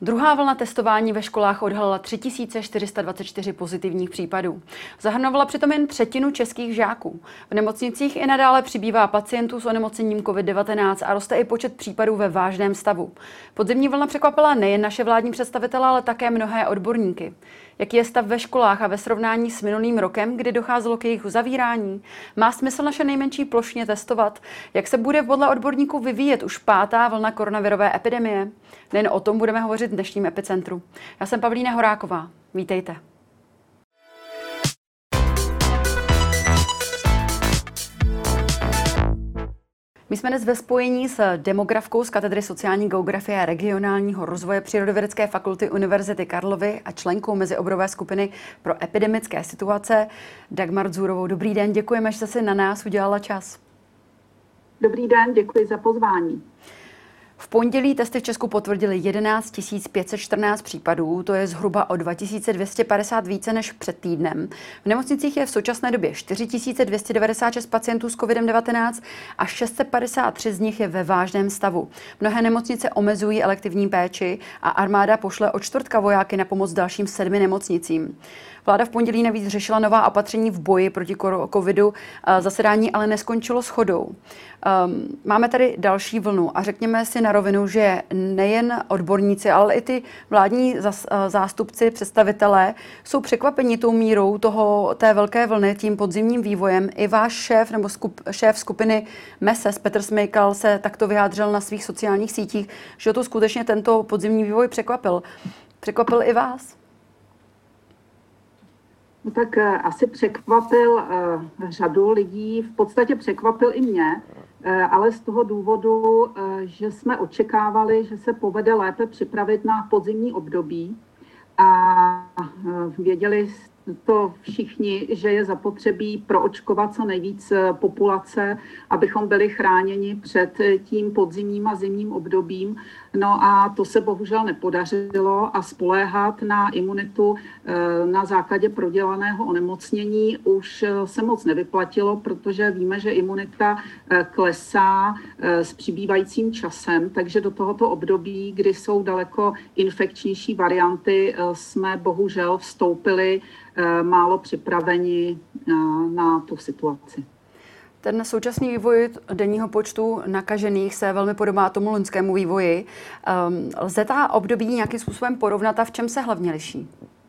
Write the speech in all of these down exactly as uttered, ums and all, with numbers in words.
Druhá vlna testování ve školách odhalila tři tisíce čtyři sta dvacet čtyři pozitivních případů. Zahrnovala přitom jen třetinu českých žáků. V nemocnicích i nadále přibývá pacientů s onemocněním covid devatenáct a roste i počet případů ve vážném stavu. Podzimní vlna překvapila nejen naše vládní představitele, ale také mnohé odborníky. Jaký je stav ve školách a ve srovnání s minulým rokem, kdy docházelo k jejich uzavírání? Má smysl naše nejmenší plošně testovat? Jak se bude podle odborníků vyvíjet už pátá vlna koronavirové epidemie? Nejen o tom budeme hovořit v dnešním Epicentru. Já jsem Pavlína Horáková. Vítejte. My jsme dnes ve spojení s demografkou z katedry sociální geografie a regionálního rozvoje Přírodovědecké fakulty Univerzity Karlovy a členkou mezioborové skupiny pro epidemické situace Dagmar Dzůrovou. Dobrý den, děkujeme, že jste si na nás udělala čas. Dobrý den, děkuji za pozvání. V pondělí testy v Česku potvrdili jedenáct tisíc pět set čtrnáct případů, to je zhruba o dva tisíce dvě stě padesát více než před týdnem. V nemocnicích je v současné době čtyři tisíce dvě stě devadesát šest pacientů s covid devatenáct a šest set padesát tři z nich je ve vážném stavu. Mnohé nemocnice omezují elektivní péči a armáda pošle od čtvrtka vojáky na pomoc dalším sedmi nemocnicím. Vláda v pondělí navíc řešila nová opatření v boji proti covidu. Zasedání ale neskončilo shodou. Máme tady další vlnu a řekněme si na rovinu, že nejen odborníci, ale i ty vládní zástupci, představitelé jsou překvapeni tou mírou toho, té velké vlny, tím podzimním vývojem. I váš šéf nebo skup, šéf skupiny MESES, Petr Smejkal, se takto vyjádřil na svých sociálních sítích, že to skutečně tento podzimní vývoj překvapil. Překvapil i vás? No tak asi překvapil uh, řadu lidí, v podstatě překvapil i mě, uh, ale z toho důvodu, uh, že jsme očekávali, že se povede lépe připravit na podzimní období a uh, věděli to všichni, že je zapotřebí proočkovat co nejvíc populace, abychom byli chráněni před tím podzimním a zimním obdobím. No a to se bohužel nepodařilo a spoléhat na imunitu na základě prodělaného onemocnění už se moc nevyplatilo, protože víme, že imunita klesá s přibývajícím časem, takže do tohoto období, kdy jsou daleko infekčnější varianty, jsme bohužel vstoupili málo připraveni na tu situaci. Ten současný vývoj denního počtu nakažených se velmi podobá tomu loňskému vývoji. Lze ta období nějakým způsobem porovnat a v čem se hlavně liší?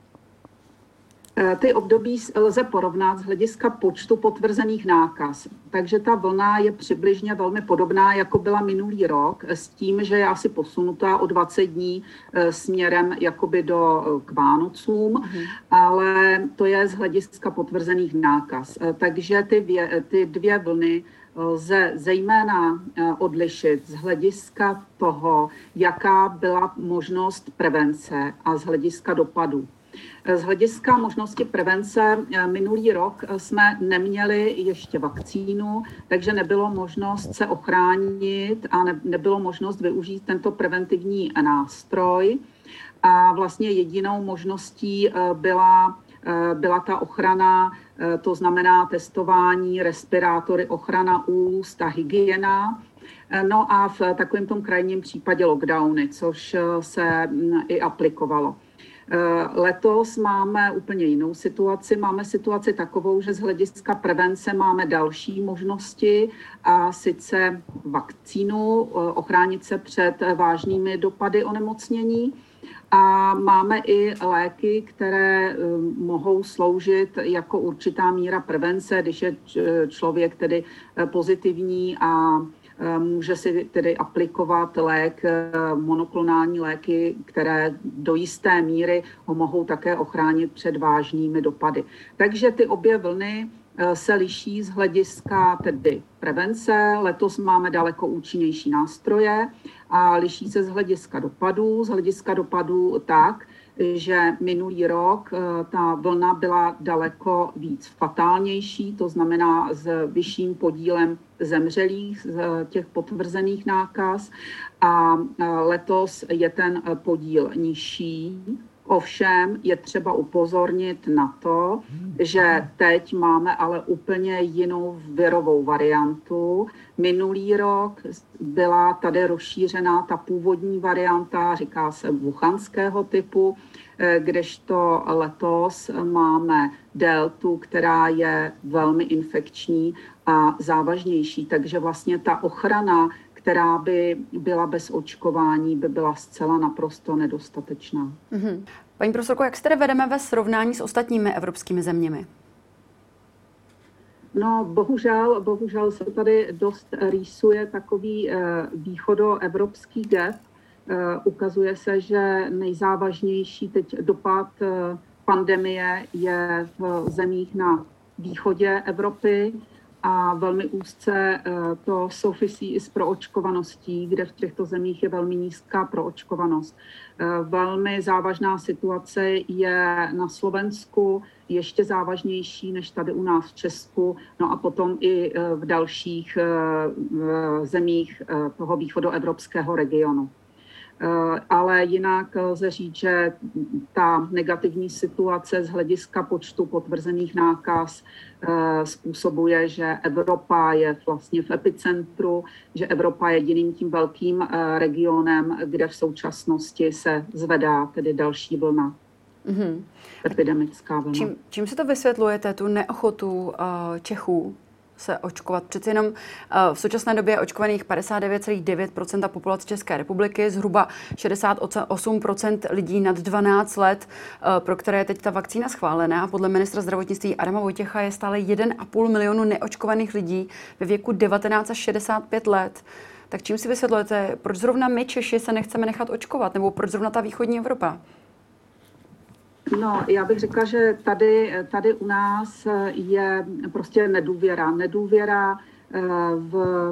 Ty období lze porovnat z hlediska počtu potvrzených nákaz. Takže ta vlna je přibližně velmi podobná, jako byla minulý rok, s tím, že je asi posunutá o dvacet dní směrem jakoby do, k Vánocům, mm. ale to je z hlediska potvrzených nákaz. Takže ty dvě, ty dvě vlny lze zejména odlišit z hlediska toho, jaká byla možnost prevence a z hlediska dopadu. Z hlediska možnosti prevence minulý rok jsme neměli ještě vakcínu, takže nebylo možnost se ochránit a ne, nebylo možnost využít tento preventivní nástroj. A vlastně jedinou možností byla, byla ta ochrana, to znamená testování, respirátory, ochrana úst a hygiena. No a v takovém tom krajním případě lockdowny, což se i aplikovalo. Letos máme úplně jinou situaci. Máme situaci takovou, že z hlediska prevence máme další možnosti a sice vakcínu, ochránit se před vážnými dopady onemocnění. A máme i léky, které mohou sloužit jako určitá míra prevence, když je člověk tedy pozitivní a může si tedy aplikovat lék, monoklonální léky, které do jisté míry ho mohou také ochránit před vážnými dopady. Takže ty obě vlny se liší z hlediska tedy prevence. Letos máme daleko účinnější nástroje a liší se z hlediska dopadů. Z hlediska dopadů tak, že minulý rok ta vlna byla daleko víc fatálnější, to znamená s vyšším podílem zemřelých z těch potvrzených nákaz a letos je ten podíl nižší. Ovšem je třeba upozornit na to, že teď máme ale úplně jinou virovou variantu. Minulý rok byla tady rozšířená ta původní varianta, říká se wuhanského typu, kdežto letos máme deltu, která je velmi infekční a závažnější. Takže vlastně ta ochrana, která by byla bez očkování, by byla zcela naprosto nedostatečná. Mm-hmm. Paní profesorko, jak se tedy vedeme ve srovnání s ostatními evropskými zeměmi? No, bohužel, bohužel se tady dost rýsuje takový eh, východoevropský gap. Eh, ukazuje se, že nejzávažnější teď dopad eh, pandemie je v zemích na východě Evropy a velmi úzce to souvisí i s proočkovaností, kde v těchto zemích je velmi nízká proočkovanost. Velmi závažná situace je na Slovensku, ještě závažnější než tady u nás v Česku, no a potom i v dalších zemích toho východoevropského regionu. Ale jinak lze říct, že ta negativní situace z hlediska počtu potvrzených nákaz způsobuje, že Evropa je vlastně v epicentru, že Evropa je jediným tím velkým regionem, kde v současnosti se zvedá tedy další vlna. Mm-hmm. Epidemická vlna. Čím, čím se to vysvětlujete, tu neochotu uh, Čechů se očkovat? Přeci jenom uh, v současné době je očkovaných padesát devět celá devět procenta populace České republiky, zhruba šedesát osm procent lidí nad dvanáct let, uh, pro které je teď ta vakcína schválená. A podle ministra zdravotnictví Adama Vojtěcha je stále jeden a půl milionu neočkovaných lidí ve věku devatenáct až šedesát pět let. Tak čím si vysvětlujete, proč zrovna my Češi se nechceme nechat očkovat, nebo proč zrovna ta východní Evropa? No, já bych řekla, že tady, tady u nás je prostě nedůvěra. Nedůvěra v,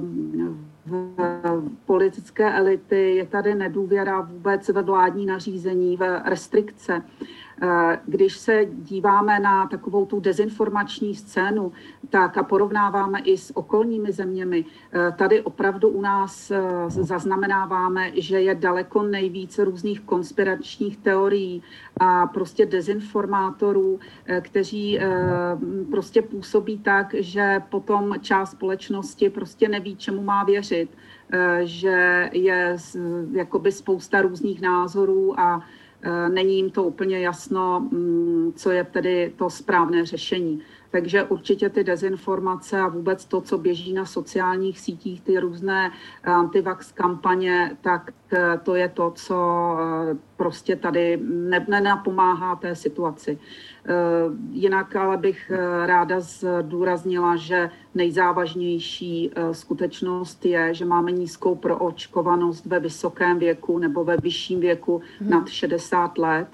v politické elity, je tady nedůvěra vůbec ve vládní nařízení, v restrikce. Když se díváme na takovou tu dezinformační scénu, tak a porovnáváme i s okolními zeměmi, tady opravdu u nás zaznamenáváme, že je daleko nejvíce různých konspiračních teorií a prostě dezinformátorů, kteří prostě působí tak, že potom část společnosti prostě neví, čemu má věřit, že je jakoby spousta různých názorů a není jim to úplně jasno, co je tedy to správné řešení. Takže určitě ty dezinformace a vůbec to, co běží na sociálních sítích, ty různé antivax kampaně, tak to je to, co prostě tady nenapomáhá té situaci. Jinak ale bych ráda zdůraznila, že nejzávažnější skutečnost je, že máme nízkou proočkovanost ve vysokém věku nebo ve vyšším věku hmm. nad šedesát let.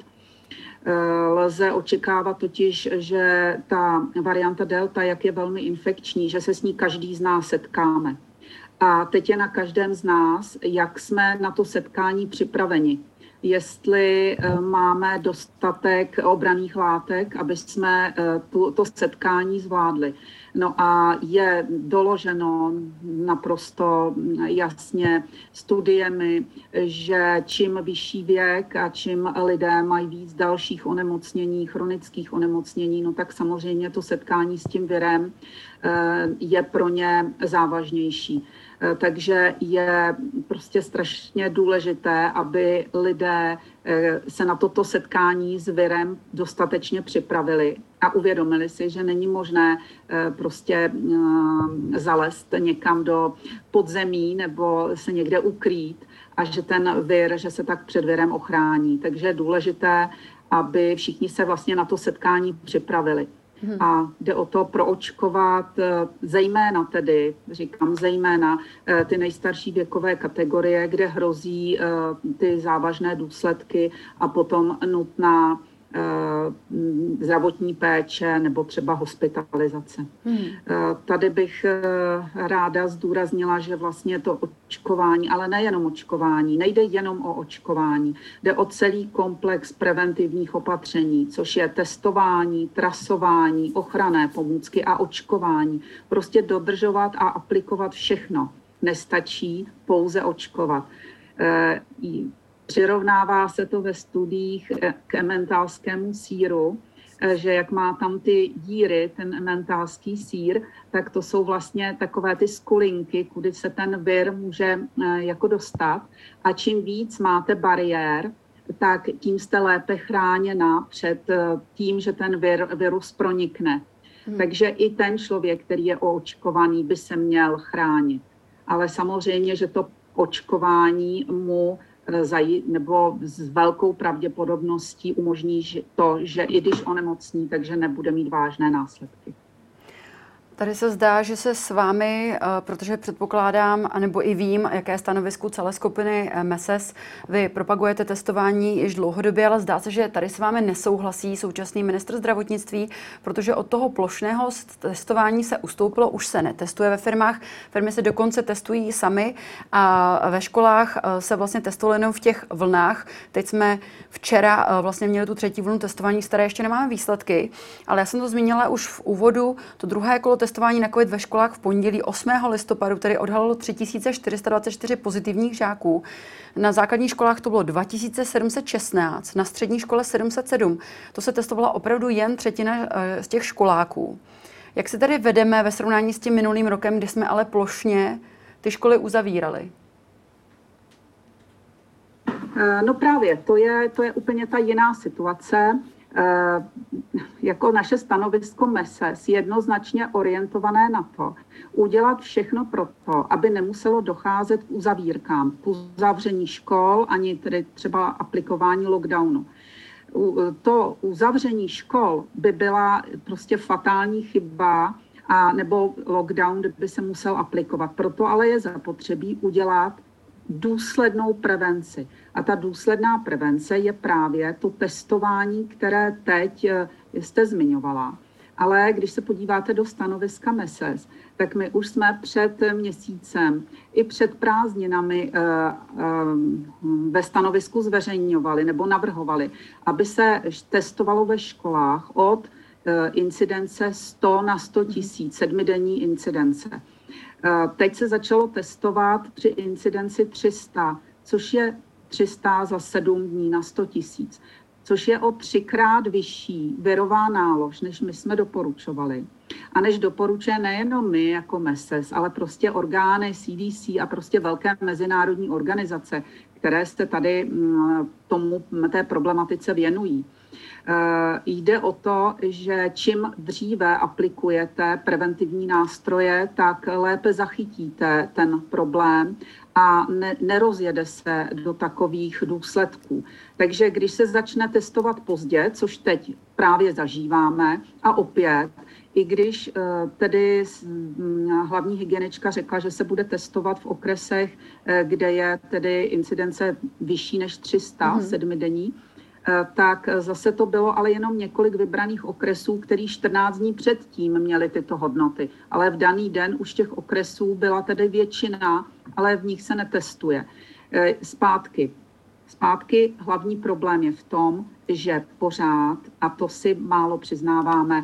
Lze očekávat totiž, že ta varianta delta, jak je velmi infekční, že se s ní každý z nás setkáme. A teď je na každém z nás, jak jsme na to setkání připraveni. Jestli máme dostatek obranných látek, aby jsme tu, to setkání zvládli. No a je doloženo naprosto jasně studiemi, že čím vyšší věk a čím lidé mají víc dalších onemocnění, chronických onemocnění, no tak samozřejmě to setkání s tím virem je pro ně závažnější. Takže je prostě strašně důležité, aby lidé se na toto setkání s virem dostatečně připravili a uvědomili si, že není možné prostě zalézt někam do podzemí nebo se někde ukrýt a že ten vir, že se tak před virem ochrání. Takže je důležité, aby všichni se vlastně na to setkání připravili. Hmm. A jde o to proočkovat zejména tedy, říkám zejména, ty nejstarší věkové kategorie, kde hrozí ty závažné důsledky a potom nutná zdravotní péče nebo třeba hospitalizace. Hmm. Tady bych ráda zdůraznila, že vlastně to očkování, ale nejenom očkování, nejde jenom o očkování, jde o celý komplex preventivních opatření, což je testování, trasování, ochranné pomůcky a očkování. Prostě dodržovat a aplikovat všechno. Nestačí pouze očkovat. Přirovnává se to ve studiích k emmentalskému sýru, že jak má tam ty díry, ten emmentalský sýr, tak to jsou vlastně takové ty skulinky, kudy se ten vir může jako dostat. A čím víc máte bariér, tak tím jste lépe chráněna před tím, že ten vir, virus pronikne. Hmm. Takže i ten člověk, který je oočkovaný, by se měl chránit. Ale samozřejmě, že to očkování mu nebo s velkou pravděpodobností umožní to, že i když onemocní, takže nebude mít vážné následky. Tady se zdá, že se s vámi, protože předpokládám, anebo i vím, jaké je stanovisko celé skupiny M S S, vy propagujete testování již dlouhodobě, ale zdá se, že tady s vámi nesouhlasí současný ministr zdravotnictví, protože od toho plošného testování se ustoupilo, už se netestuje ve firmách, firmy se dokonce testují sami a ve školách se vlastně testovalo jenom v těch vlnách. Teď jsme včera vlastně měli tu třetí vlnu testování, z které ještě nemáme výsledky, ale já jsem to zmínila už v úvodu, to druhé kolo testování na COVID ve školách v pondělí osmého listopadu, tedy odhalilo tři tisíce čtyři sta dvacet čtyři pozitivních žáků. Na základních školách to bylo dva tisíce sedm set šestnáct, na střední škole sedm set sedm. To se testovala opravdu jen třetina z těch školáků. Jak se tady vedeme ve srovnání s tím minulým rokem, kdy jsme ale plošně ty školy uzavírali? No právě, to je, to je úplně ta jiná situace. E, jako naše stanovisko M S S jednoznačně orientované na to, udělat všechno pro to, aby nemuselo docházet k uzavírkám, k uzavření škol, ani tedy třeba aplikování lockdownu. To uzavření škol by byla prostě fatální chyba, a nebo lockdown by se musel aplikovat. Proto ale je zapotřebí udělat důslednou prevenci. A ta důsledná prevence je právě to testování, které teď jste zmiňovala. Ale když se podíváte do stanoviska M S S, tak my už jsme před měsícem i před prázdninami ve stanovisku zveřejňovali nebo navrhovali, aby se testovalo ve školách od incidence sto na sto tisíc, sedmidenní incidence. Teď se začalo testovat při incidenci tři sta, což je tři sta za sedm dní na sto tisíc, což je o třikrát vyšší virová nálož, než my jsme doporučovali. A než doporučuje nejenom my jako M S S, ale prostě orgány C D C a prostě velké mezinárodní organizace, které se tady tomu, té problematice věnují. Jde o to, že čím dříve aplikujete preventivní nástroje, tak lépe zachytíte ten problém a ne, nerozjede se do takových důsledků. Takže když se začne testovat pozdě, což teď právě zažíváme, a opět, i když tedy hlavní hygienička řekla, že se bude testovat v okresech, kde je tedy incidence vyšší než tři sta, mm-hmm. sedmidenní, tak zase to bylo ale jenom několik vybraných okresů, který čtrnáct dní předtím měli tyto hodnoty. Ale v daný den už těch okresů byla tedy většina, ale v nich se netestuje. Zpátky. Zpátky hlavní problém je v tom, že pořád, a to si málo přiznáváme,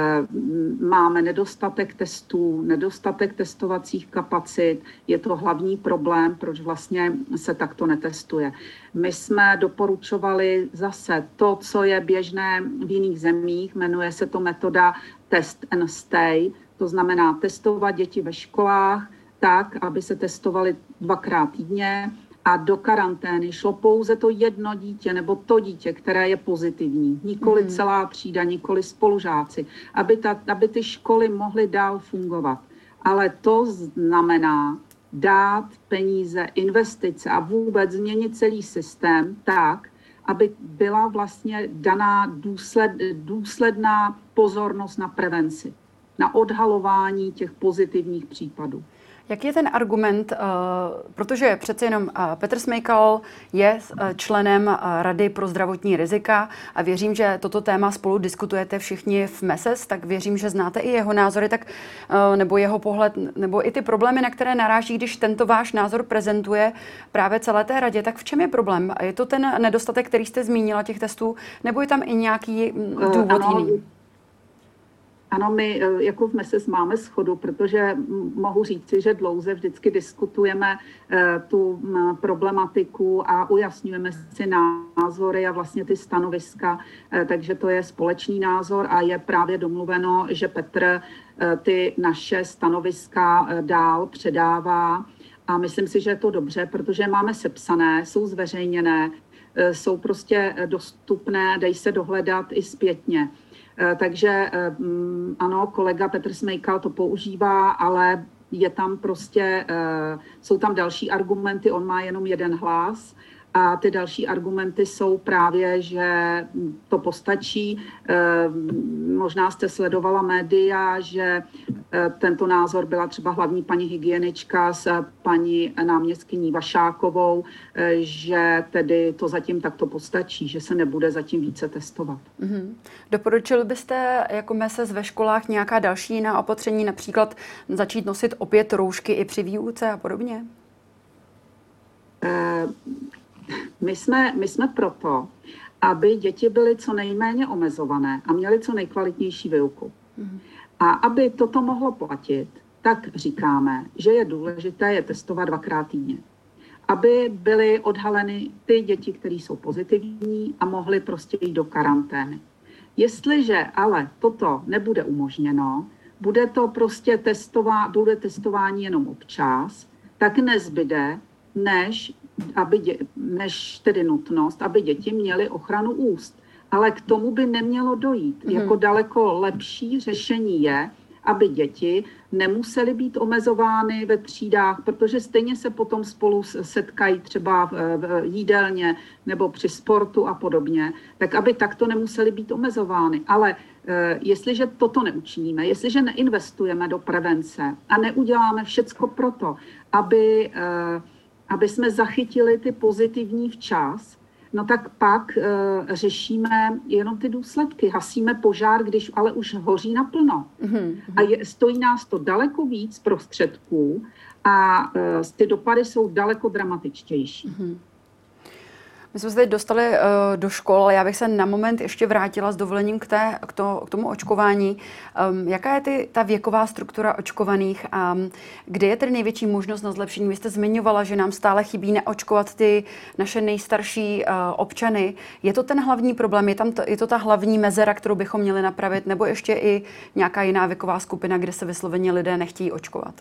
máme nedostatek testů, nedostatek testovacích kapacit. Je to hlavní problém, proč vlastně se takto netestuje. My jsme doporučovali zase to, co je běžné v jiných zemích, jmenuje se to metoda test and stay, to znamená testovat děti ve školách tak, aby se testovali dvakrát týdně, a do karantény šlo pouze to jedno dítě nebo to dítě, které je pozitivní. Nikoli celá třída, nikoli spolužáci, aby, ta, aby ty školy mohly dál fungovat. Ale to znamená dát peníze, investice a vůbec změnit celý systém tak, aby byla vlastně daná důsled, důsledná pozornost na prevenci, na odhalování těch pozitivních případů. Jaký je ten argument, protože přece jenom Petr Smejkal je členem Rady pro zdravotní rizika a věřím, že toto téma spolu diskutujete všichni v M S S, tak věřím, že znáte i jeho názory, tak, nebo jeho pohled, nebo i ty problémy, na které naráží, když tento váš názor prezentuje právě celé té radě, tak v čem je problém? Je to ten nedostatek, který jste zmínila těch testů, nebo je tam i nějaký důvod ano. jiný? Ano, my jako v MESES máme shodu, protože mohu říci, že dlouze vždycky diskutujeme tu problematiku a ujasňujeme si názory a vlastně ty stanoviska, takže to je společný názor a je právě domluveno, že Petr ty naše stanoviska dál předává a myslím si, že je to dobře, protože máme sepsané, jsou zveřejněné, jsou prostě dostupné, dají se dohledat i zpětně. Takže ano, kolega Petr Smejkal to používá, ale je tam prostě, jsou tam další argumenty, on má jenom jeden hlas a ty další argumenty jsou právě, že to postačí. Možná jste sledovala média, že tento názor byla třeba hlavní paní hygienička s paní náměstkyní Vašákovou, že tedy to zatím takto postačí, že se nebude zatím více testovat. Mm-hmm. Doporučili byste jako MESES ve školách nějaká další jiná opatření, například začít nosit opět roušky i při výuce a podobně? E- My jsme, my jsme proto, aby děti byly co nejméně omezované a měly co nejkvalitnější výuku. Mm. A aby toto mohlo platit, tak říkáme, že je důležité je testovat dvakrát týdně. Aby byly odhaleny ty děti, které jsou pozitivní a mohly prostě jít do karantény. Jestliže ale toto nebude umožněno, bude to prostě testová, bude testování jenom občas, tak nezbyde, než aby dě, než tedy nutnost, aby děti měly ochranu úst. Ale k tomu by nemělo dojít. Mm-hmm. Jako daleko lepší řešení je, aby děti nemusely být omezovány ve třídách, protože stejně se potom spolu setkají třeba v jídelně nebo při sportu a podobně, tak aby takto nemusely být omezovány. Ale e, jestliže toto neučiníme, jestliže neinvestujeme do prevence a neuděláme všecko proto, aby... E, aby jsme zachytili ty pozitivní včas, no tak pak e, řešíme jenom ty důsledky. Hasíme požár, když ale už hoří naplno. Mm-hmm. A je, stojí nás to daleko víc prostředků a e, ty dopady jsou daleko dramatičtější. Mm-hmm. My jsme se teď dostali uh, do škol, ale já bych se na moment ještě vrátila s dovolením k, té, k, to, k tomu očkování. Um, jaká je ty, ta věková struktura očkovaných a kde je tedy největší možnost na zlepšení? Vy jste zmiňovala, že nám stále chybí neočkovat ty naše nejstarší uh, občany. Je to ten hlavní problém? Je, tam to, je to ta hlavní mezera, kterou bychom měli napravit? Nebo ještě i nějaká jiná věková skupina, kde se vysloveně lidé nechtějí očkovat?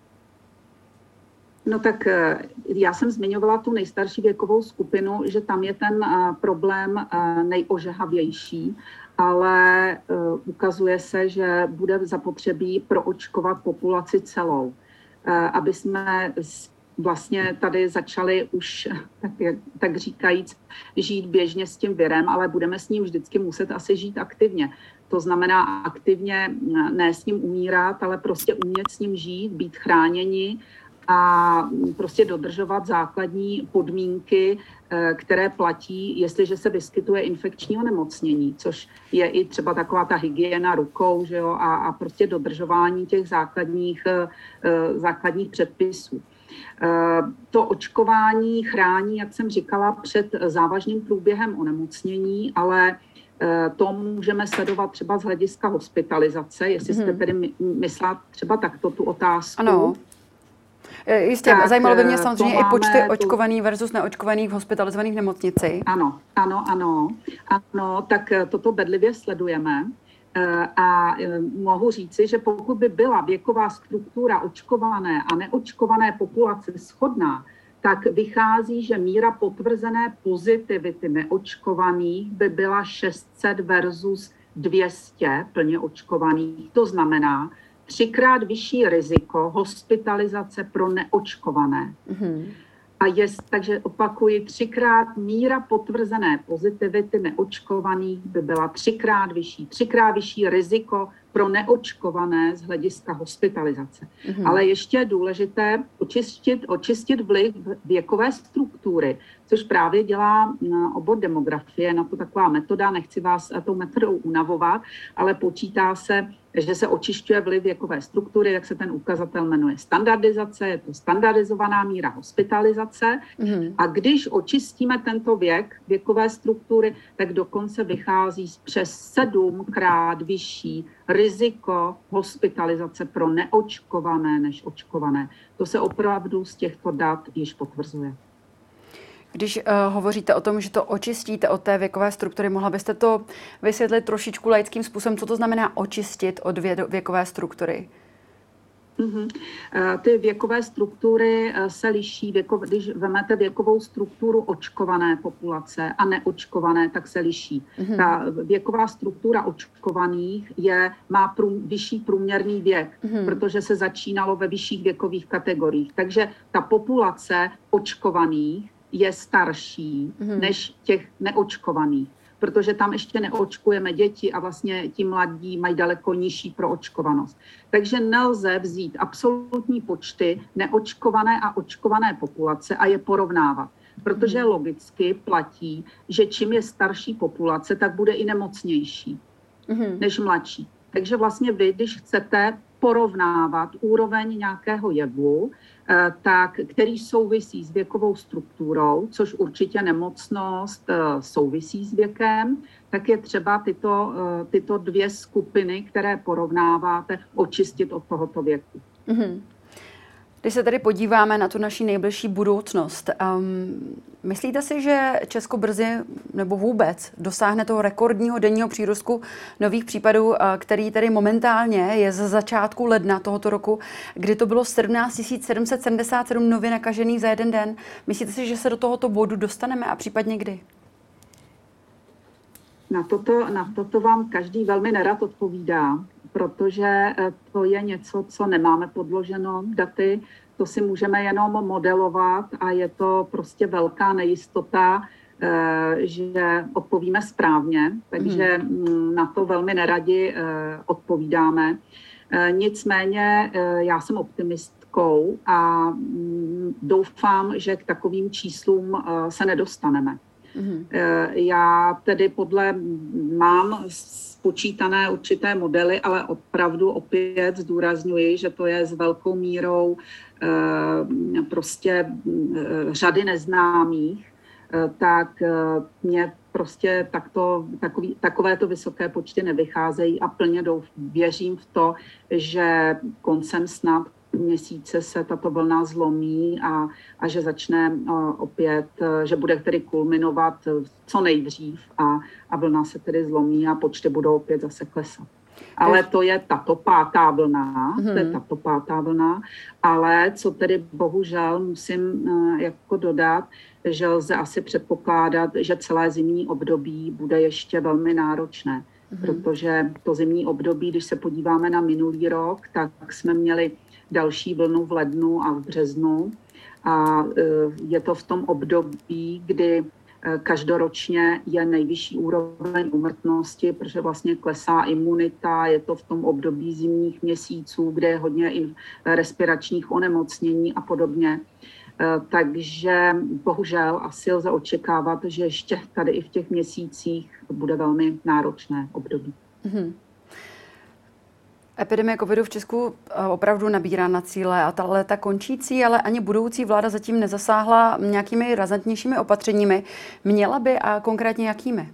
No tak já jsem zmiňovala tu nejstarší věkovou skupinu, že tam je ten problém nejožehavější, ale ukazuje se, že bude zapotřebí proočkovat populaci celou, aby jsme vlastně tady začali už, tak, tak říkajíc, žít běžně s tím virem, ale budeme s ním vždycky muset asi žít aktivně. To znamená aktivně ne s ním umírat, ale prostě umět s ním žít, být chráněni a prostě dodržovat základní podmínky, které platí, jestliže se vyskytuje infekční onemocnění, což je i třeba taková ta hygiena rukou, že jo, a, a prostě dodržování těch základních, základních předpisů. To očkování chrání, jak jsem říkala, před závažným průběhem onemocnění, ale to můžeme sledovat třeba z hlediska hospitalizace, jestli jste tedy myslela třeba takto tu otázku. Ano. Jistě, tak, zajímalo by mě samozřejmě i počty tu... očkovaných versus neočkovaných hospitalizovaných v nemocnici. Ano, ano, ano. Ano, tak toto bedlivě sledujeme. A mohu říci, že pokud by byla věková struktura očkované a neočkované populace shodná, tak vychází, že míra potvrzené pozitivity neočkovaných by byla šest set versus dvě stě plně očkovaných. To znamená třikrát vyšší riziko hospitalizace pro neočkované. Mm-hmm. A je, takže opakuji, třikrát míra potvrzené pozitivity neočkovaných by byla třikrát vyšší. Třikrát vyšší riziko pro neočkované z hlediska hospitalizace. Mm-hmm. Ale ještě je důležité očistit, očistit vliv věkové struktury. struktury, což právě dělá obor demografie, na to taková metoda, nechci vás tou metodou unavovat, ale počítá se, že se očišťuje vliv věkové struktury, jak se ten ukazatel jmenuje standardizace, je to standardizovaná míra hospitalizace. Mm. A když očistíme tento věk věkové struktury, tak dokonce vychází přes sedmkrát vyšší riziko hospitalizace pro neočkované než očkované. To se opravdu z těchto dat již potvrzuje. Když uh, hovoříte o tom, že to očistíte od té věkové struktury, mohla byste to vysvětlit trošičku laickým způsobem, co to znamená očistit od věkové struktury? Mm-hmm. Ty věkové struktury se liší, věko, když vezmete věkovou strukturu očkované populace a neočkované, tak se liší. Mm-hmm. Ta věková struktura očkovaných je, má prům, vyšší průměrný věk, mm-hmm. protože se začínalo ve vyšších věkových kategoriích. Takže ta populace očkovaných je starší mm-hmm. než těch neočkovaných, protože tam ještě neočkujeme děti a vlastně ti mladí mají daleko nižší proočkovanost. Takže nelze vzít absolutní počty neočkované a očkované populace a je porovnávat, protože mm-hmm. logicky platí, že čím je starší populace, tak bude i nemocnější mm-hmm. než mladší. Takže vlastně vy, když chcete porovnávat úroveň nějakého jevu, tak, který souvisí s věkovou strukturou, což určitě nemocnost souvisí s věkem, tak je třeba tyto, tyto dvě skupiny, které porovnáváte, očistit od tohoto věku. Mm-hmm. Když se tedy podíváme na tu naši nejbližší budoucnost, um, myslíte si, že Česko brzy nebo vůbec dosáhne toho rekordního denního přírůstku nových případů, který tedy momentálně je ze začátku ledna tohoto roku, kdy to bylo sedmnáct tisíc sedm set sedmdesát sedm nově nakažených za jeden den? Myslíte si, že se do tohoto bodu dostaneme a případně kdy? Na toto, na toto vám každý velmi nerad odpovídá, protože to je něco, co nemáme podloženo daty, to si můžeme jenom modelovat a je to prostě velká nejistota, že odpovíme správně, takže na to velmi neradi odpovídáme. Nicméně já jsem optimistkou a doufám, že k takovým číslům se nedostaneme. Mm-hmm. Já tedy podle, mám spočítané určité modely, ale opravdu opět zdůrazňuji, že to je s velkou mírou e, prostě e, řady neznámých, e, tak e, mě prostě takto, takový, takovéto vysoké počty nevycházejí a plně douf, věřím v to, že koncem snad měsíce se tato vlna zlomí a, a že začne uh, opět, uh, že bude tedy kulminovat co nejdřív a, a vlna se tedy zlomí a počty budou opět zase klesat. Ale to je tato pátá vlna, hmm. to je tato pátá vlna, ale co tedy bohužel musím uh, jako dodat, že lze asi předpokládat, že celé zimní období bude ještě velmi náročné, hmm. protože to zimní období, když se podíváme na minulý rok, tak jsme měli další vlnu v lednu a v březnu. A je to v tom období, kdy každoročně je nejvyšší úroveň úmrtnosti, protože vlastně klesá imunita, je to v tom období zimních měsíců, kde je hodně respiračních onemocnění a podobně. Takže bohužel asi lze očekávat, že ještě tady i v těch měsících bude velmi náročné období. Mm-hmm. Epidemie covidu v Česku opravdu nabírá na cíle a ta léta končící, ale ani budoucí vláda zatím nezasáhla nějakými razantnějšími opatřeními. Měla by a konkrétně jakými?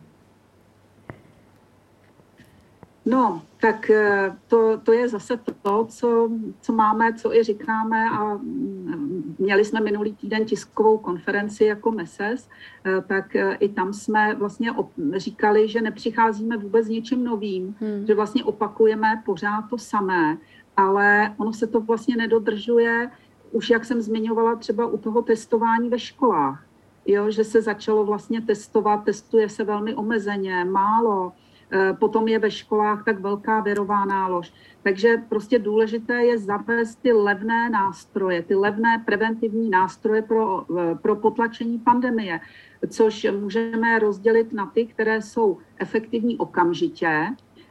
No, tak to, to je zase to, co, co máme, co i říkáme a měli jsme minulý týden tiskovou konferenci jako M E S E S, tak i tam jsme vlastně říkali, že nepřicházíme vůbec něčím novým, hmm. že vlastně opakujeme pořád to samé, ale ono se to vlastně nedodržuje, už jak jsem zmiňovala třeba u toho testování ve školách, jo, že se začalo vlastně testovat, testuje se velmi omezeně, málo, potom je ve školách tak velká virová nálož. Takže prostě důležité je zavést ty levné nástroje, ty levné preventivní nástroje pro, pro potlačení pandemie, což můžeme rozdělit na ty, které jsou efektivní okamžitě,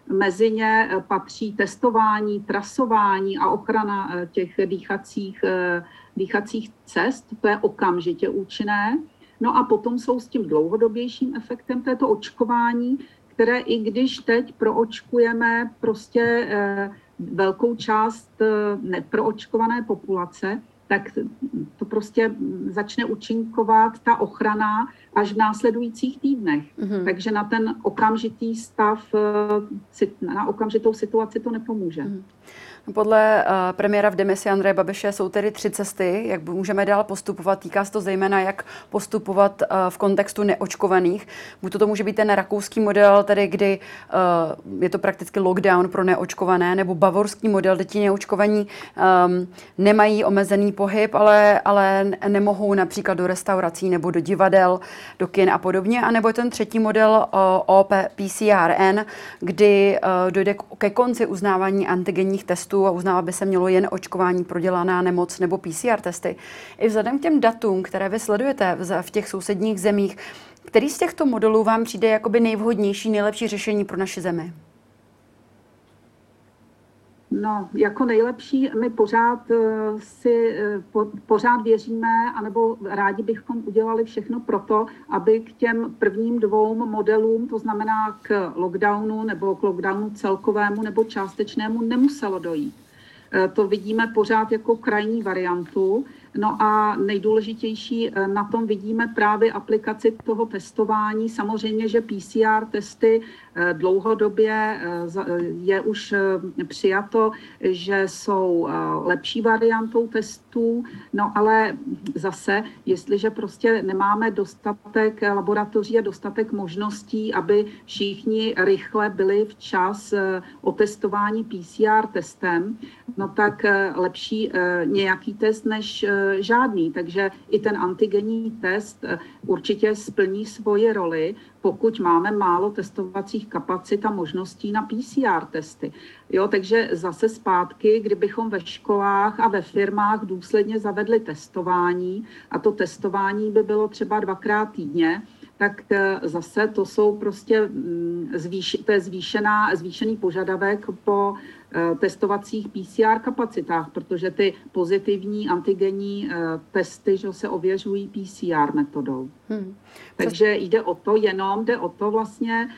Mezi ně patří testování, trasování a ochrana těch dýchacích, dýchacích cest. To je okamžitě účinné. No a potom jsou s tím dlouhodobějším efektem této očkování, které i když teď proočkujeme prostě velkou část neproočkované populace, tak to prostě začne účinkovat ta ochrana až v následujících týdnech. Mm-hmm. Takže na ten okamžitý stav, na okamžitou situaci to nepomůže. Mm-hmm. Podle uh, premiéra v demisi Andreje Babiše jsou tedy tři cesty, jak můžeme dál postupovat. Týká se to zejména, jak postupovat uh, v kontextu neočkovaných. Buď to, to může být ten rakouský model, tedy kdy uh, je to prakticky lockdown pro neočkované, nebo bavorský model, kde ti neočkovaní um, nemají omezený pohyb, ale, ale nemohou například do restaurací nebo do divadel, do kin a podobně. A nebo je ten třetí model uh, O P C R N, kdy uh, dojde ke konci uznávání antigenních testů a uznává by se mělo jen očkování, prodělaná nemoc nebo P C R testy. I vzhledem k těm datům, které vy sledujete v těch sousedních zemích, který z těchto modelů vám přijde jakoby nejvhodnější, nejlepší řešení pro naši zemi? No, jako nejlepší my pořád si po, pořád věříme, anebo rádi bychom udělali všechno pro to, aby k těm prvním dvou modelům, to znamená k lockdownu nebo k lockdownu celkovému nebo částečnému, nemuselo dojít. To vidíme pořád jako krajní variantu. No a nejdůležitější na tom vidíme právě aplikaci toho testování. Samozřejmě, že P C R testy dlouhodobě je už přijato, že jsou lepší variantou testů, no ale zase, jestliže prostě nemáme dostatek laboratoří a dostatek možností, aby všichni rychle byli včas otestováni P C R testem, no tak lepší nějaký test než žádný. Takže i ten antigenní test určitě splní svoji roli, pokud máme málo testovacích kapacit a možností na P C R testy. Jo, takže zase zpátky, kdybychom ve školách a ve firmách důsledně zavedli testování, a to testování by bylo třeba dvakrát týdně, tak zase to jsou prostě zvýš, to je zvýšená, zvýšený požadavek po testovacích P C R kapacitách, protože ty pozitivní antigenní testy, že se ověřují P C R metodou. Hmm. Takže jde o to jenom, jde o to vlastně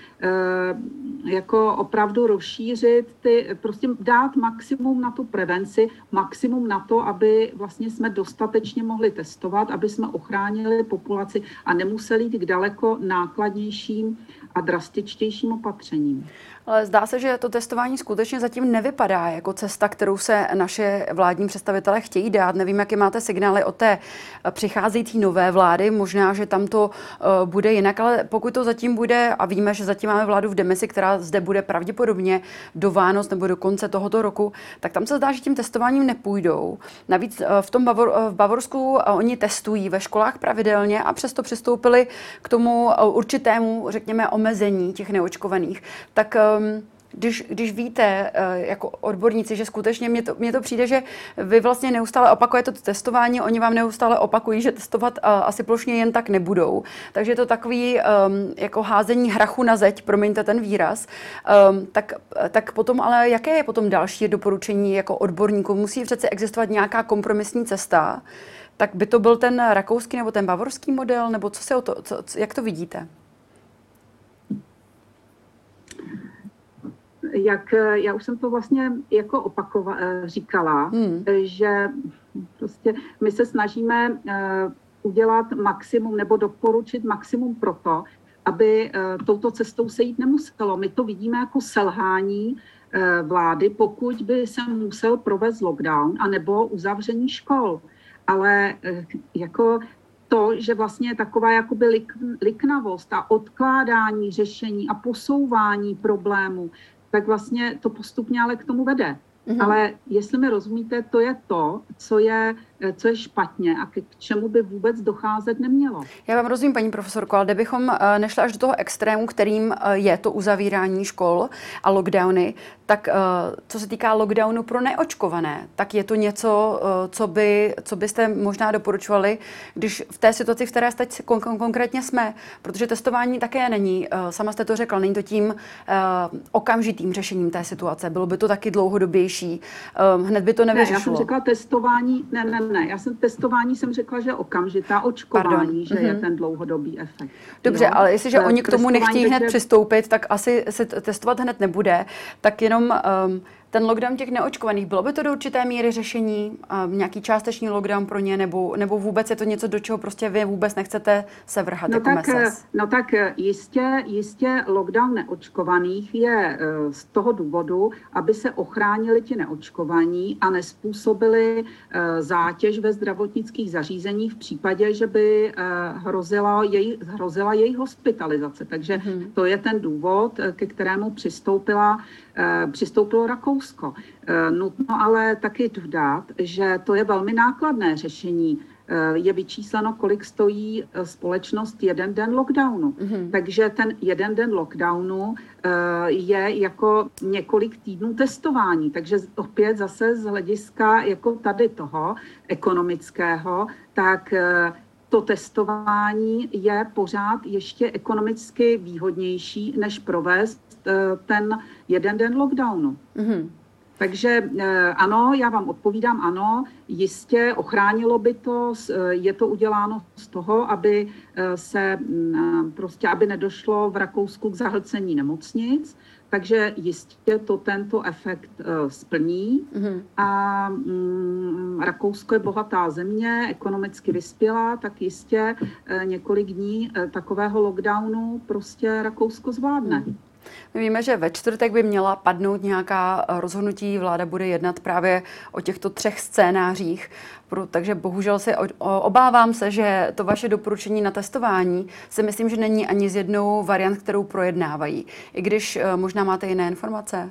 jako opravdu rozšířit ty, prostě dát maximum na tu prevenci, maximum na to, aby vlastně jsme dostatečně mohli testovat, aby jsme ochránili populaci a nemuseli jít k daleko nákladnějším a drastičtějším opatřením. Ale zdá se, že to testování skutečně zatím nevypadá jako cesta, kterou se naše vládní představitelé chtějí dát. Nevím, jaké máte signály od té přicházející nové vlády. Možná, že tam to uh, bude jinak, ale pokud to zatím bude, a víme, že zatím máme vládu v demisi, která zde bude pravděpodobně do Vánoc nebo do konce tohoto roku, tak tam se zdá, že tím testováním nepůjdou. Navíc uh, v tom Bavor, uh, v Bavorsku uh, oni testují ve školách pravidelně a přesto přistoupili k tomu uh, určitému, řekněme, omezení těch neočkovaných. Tak um, Když, když víte, jako odborníci, že skutečně mně to, mně to přijde, že vy vlastně neustále opakujete to testování, oni vám neustále opakují, že testovat asi plošně jen tak nebudou. Takže je to takový um, jako házení hrachu na zeď, promiňte ten výraz. Um, tak, tak potom, ale jaké je potom další doporučení jako odborníků? Musí přece existovat nějaká kompromisní cesta. Tak by to byl ten rakouský nebo ten bavorský model, nebo co se o to, co, jak to vidíte? Jak já už jsem to vlastně jako opakova, říkala, hmm. že prostě my se snažíme udělat maximum nebo doporučit maximum pro to, aby touto cestou se jít nemuselo. My to vidíme jako selhání vlády, pokud by se musel provést lockdown anebo uzavření škol. Ale jako to, že vlastně je taková jakoby lik, liknavost a odkládání řešení a posouvání problémů, tak vlastně to postupně ale k tomu vede. Mm-hmm. Ale jestli mi rozumíte, to je to, co je co je špatně a k čemu by vůbec docházet nemělo. Já vám rozumím, paní profesorko, ale kdybychom nešli až do toho extrému, kterým je to uzavírání škol a lockdowny, tak co se týká lockdownu pro neočkované, tak je to něco, co, by, co byste možná doporučovali, když v té situaci, v které teď kon- konkrétně jsme, protože testování také není, sama jste to řekla, není to tím okamžitým řešením té situace, bylo by to taky dlouhodobější, hned by to nevyřešilo. Ne, já jsem řekla testování, ne, ne, ne, já jsem testování jsem řekla, že okamžitá, očkování, Pardon. že mm-hmm. je ten dlouhodobý efekt. Dobře, jo? Ale jestliže oni k tomu nechtějí hned je... přistoupit, tak asi se testovat hned nebude, tak jenom um, ten lockdown těch neočkovaných, bylo by to do určité míry řešení, um, nějaký částečný lockdown pro ně, nebo, nebo vůbec je to něco, do čeho prostě vy vůbec nechcete se vrhat no jako tak, meses? No tak jistě, jistě lockdown neočkovaných je uh, z toho důvodu, aby se ochránili ti neočkovaní a nespůsobili uh, zátěž ve zdravotnických zařízeních v případě, že by uh, hrozila, jej, hrozila jejich hospitalizace. Takže hmm. to je ten důvod, ke kterému přistoupila přistoupilo Rakousko. Nutno ale taky dodat, že to je velmi nákladné řešení. Je vyčísleno, kolik stojí společnost jeden den lockdownu. Mm-hmm. Takže ten jeden den lockdownu je jako několik týdnů testování. Takže opět zase z hlediska jako tady toho ekonomického, tak to testování je pořád ještě ekonomicky výhodnější, než provést ten jeden den lockdownu. Mm-hmm. Takže ano, já vám odpovídám ano, jistě ochránilo by to, je to uděláno z toho, aby se prostě, aby nedošlo v Rakousku k zahlcení nemocnic, takže jistě to tento efekt uh, splní. Mm-hmm. A um, Rakousko je bohatá země, ekonomicky vyspělá, tak jistě uh, několik dní uh, takového lockdownu prostě Rakousko zvládne. Mm. My víme, že ve čtvrtek by měla padnout nějaká rozhodnutí, vláda bude jednat právě o těchto třech scénářích, takže bohužel se obávám se, že to vaše doporučení na testování si myslím, že není ani z jednou variant, kterou projednávají. I když možná máte jiné informace.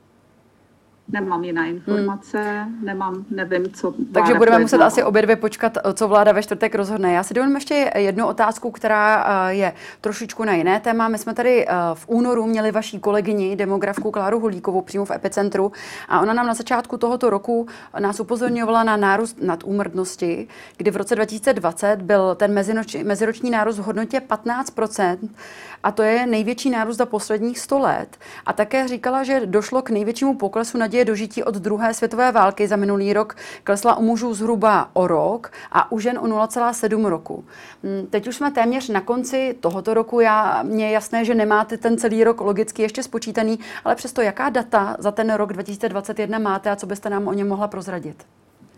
Nemám jiné informace, hmm. nemám, nevím, co vláda Takže budeme projednává. muset asi obě dvě počkat, co vláda ve čtvrtek rozhodne. Já si dovolím ještě jednu otázku, která je trošičku na jiné téma. My jsme tady v únoru měli vaší kolegyni, demografku Kláru Hulíkovou, přímo v Epicentru, a ona nám na začátku tohoto roku nás upozorňovala na nárůst nadúmrtnosti, kdy v roce dva tisíce dvacet byl ten meziroční, meziroční nárůst v hodnotě patnáct procent a to je největší nárůst za posledních sto let. A také říkala, že došlo k největšímu poklesu naděje dožití od druhé světové války. Za minulý rok klesla u mužů zhruba o rok a u žen o nula celá sedm roku. Teď už jsme téměř na konci tohoto roku. Já, mně je jasné, že nemáte ten celý rok logicky ještě spočítaný, ale přesto jaká data za ten rok dva tisíce dvacet jedna máte a co byste nám o něm mohla prozradit?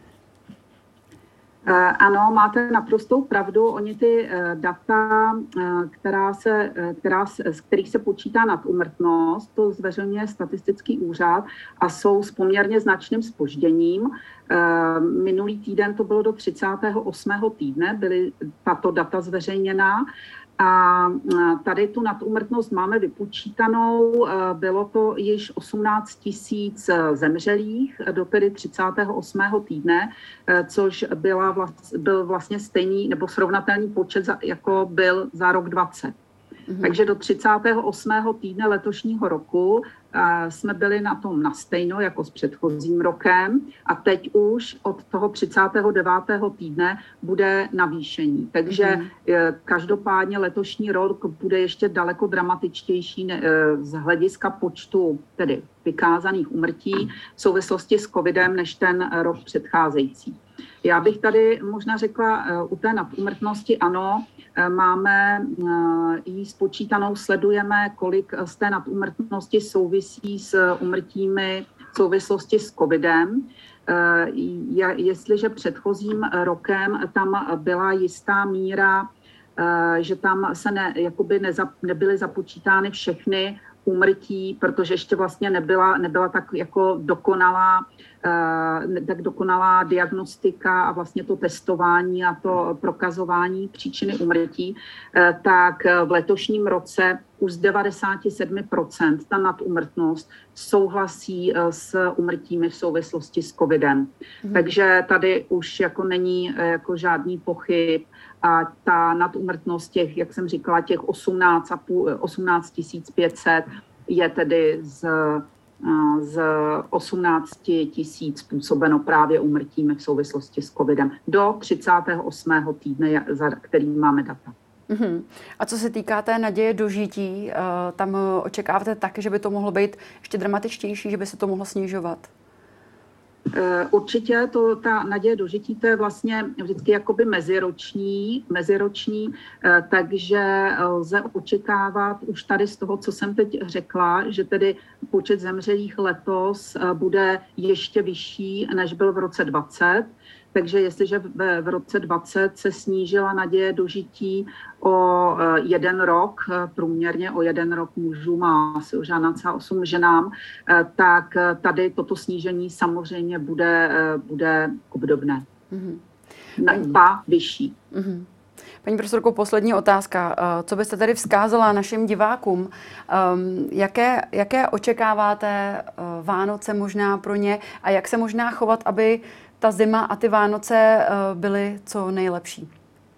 Ano, máte naprostou pravdu. Oni ty data, která se, která, z kterých se počítá nadúmrtnost, to zveřejňuje statistický úřad a jsou s poměrně značným zpožděním. Minulý týden to bylo do třicátého osmého týdne, byly tato data zveřejněná. A tady tu nadúmrtnost máme vypočítanou, bylo to již osmnáct tisíc zemřelých do tedy třicátého osmého týdne, což byla vlast, byl vlastně stejný nebo srovnatelný počet, za, jako byl za rok dvacet. Mm-hmm. Takže do třicátého osmého týdne letošního roku jsme byli na tom nastejno jako s předchozím rokem a teď už od toho třicátého devátého týdne bude navýšení. Takže mm-hmm. každopádně letošní rok bude ještě daleko dramatičtější z hlediska počtu tedy vykázaných úmrtí v souvislosti s covidem než ten rok předcházející. Já bych tady možná řekla u té nadúmrtnosti, ano, máme ji spočítanou, sledujeme, kolik z té nadúmrtnosti souvisí s úmrtími v souvislosti s covidem. Jestliže předchozím rokem tam byla jistá míra, že tam se ne, jakoby neza, nebyly započítány všechny úmrtí, protože ještě vlastně nebyla, nebyla tak jako dokonalá, tak dokonalá diagnostika a vlastně to testování a to prokazování příčiny úmrtí, tak v letošním roce už z devadesát sedm procent ta nadúmrtnost souhlasí s úmrtími v souvislosti s covidem. Mm. Takže tady už jako není jako žádný pochyb a ta nadúmrtnost těch, jak jsem říkala, těch osmnáct tisíc pět set je tedy z z osmnáct tisíc způsobeno právě úmrtími v souvislosti s covidem do třicátého osmého týdne, za který máme data. Uhum. A co se týká té naděje dožití, tam očekáváte taky, že by to mohlo být ještě dramatičtější, že by se to mohlo snižovat? Určitě to, ta naděje dožití, to je vlastně vždycky jakoby meziroční, meziroční, takže lze očekávat už tady z toho, co jsem teď řekla, že tedy počet zemřelých letos bude ještě vyšší, než byl v roce dvacet. Takže jestliže v, v roce dvacet se snížila naděje dožití o jeden rok, průměrně o jeden rok mužům a asi o žádná celá osm ženám, tak tady toto snížení samozřejmě bude, bude obdobné. Mm-hmm. Ba vyšší. Mm-hmm. Paní profesorko, poslední otázka. Co byste tady vzkázala našim divákům? Jaké, jaké očekáváte Vánoce možná pro ně a jak se možná chovat, aby ta zima a ty Vánoce byly co nejlepší?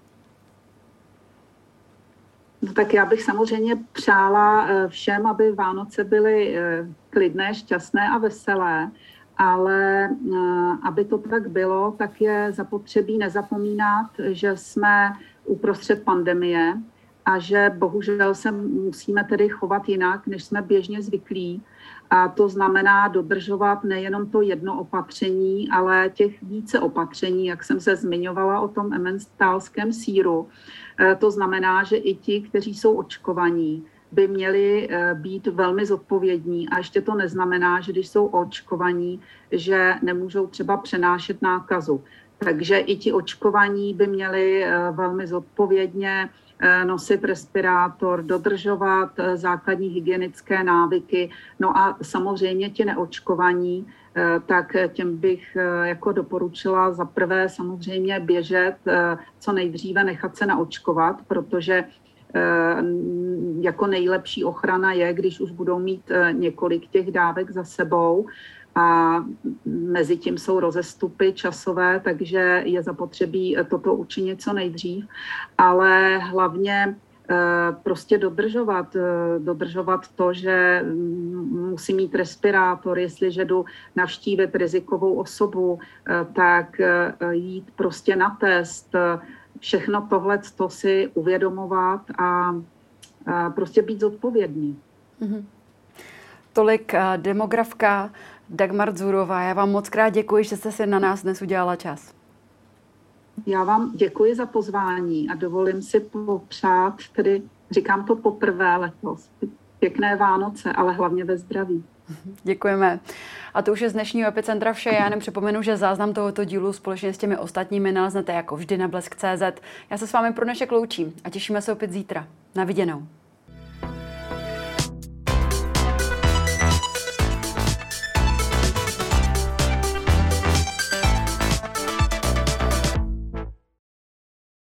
No tak já bych samozřejmě přála všem, aby Vánoce byly klidné, šťastné a veselé, ale aby to tak bylo, tak je zapotřebí nezapomínat, že jsme uprostřed pandemie a že bohužel se musíme tedy chovat jinak, než jsme běžně zvyklí. A to znamená dodržovat nejenom to jedno opatření, ale těch více opatření, jak jsem se zmiňovala o tom emmentalském sýru. To znamená, že i ti, kteří jsou očkovaní, by měli být velmi zodpovědní. A ještě to neznamená, že když jsou očkovaní, že nemůžou třeba přenášet nákazu. Takže i ti očkovaní by měli velmi zodpovědně nosit respirátor, dodržovat základní hygienické návyky. No a samozřejmě ti neočkovaní, tak těm bych jako doporučila za prvé samozřejmě běžet co nejdříve, nechat se naočkovat, protože jako nejlepší ochrana je, když už budou mít několik těch dávek za sebou a mezi tím jsou rozestupy časové, takže je zapotřebí toto učinit co nejdřív, ale hlavně prostě dodržovat, dodržovat to, že musí mít respirátor, jestliže jdu navštívit rizikovou osobu, tak jít prostě na test, všechno tohle to si uvědomovat a prostě být zodpovědný. Mm-hmm. Tolik demografka Dagmar Dzurová. Já vám moc krát děkuji, že jste si na nás dnes udělala čas. Já vám děkuji za pozvání a dovolím si popřát, tedy říkám to poprvé letos, pěkné Vánoce, ale hlavně ve zdraví. Děkujeme. A to už je z dnešního Epicentra vše. Já jenom připomenu, že záznam tohoto dílu společně s těmi ostatními naleznete jako vždy na blesk tečka cé zet. Já se s vámi pro dnešek loučím a těšíme se opět zítra. Na viděnou.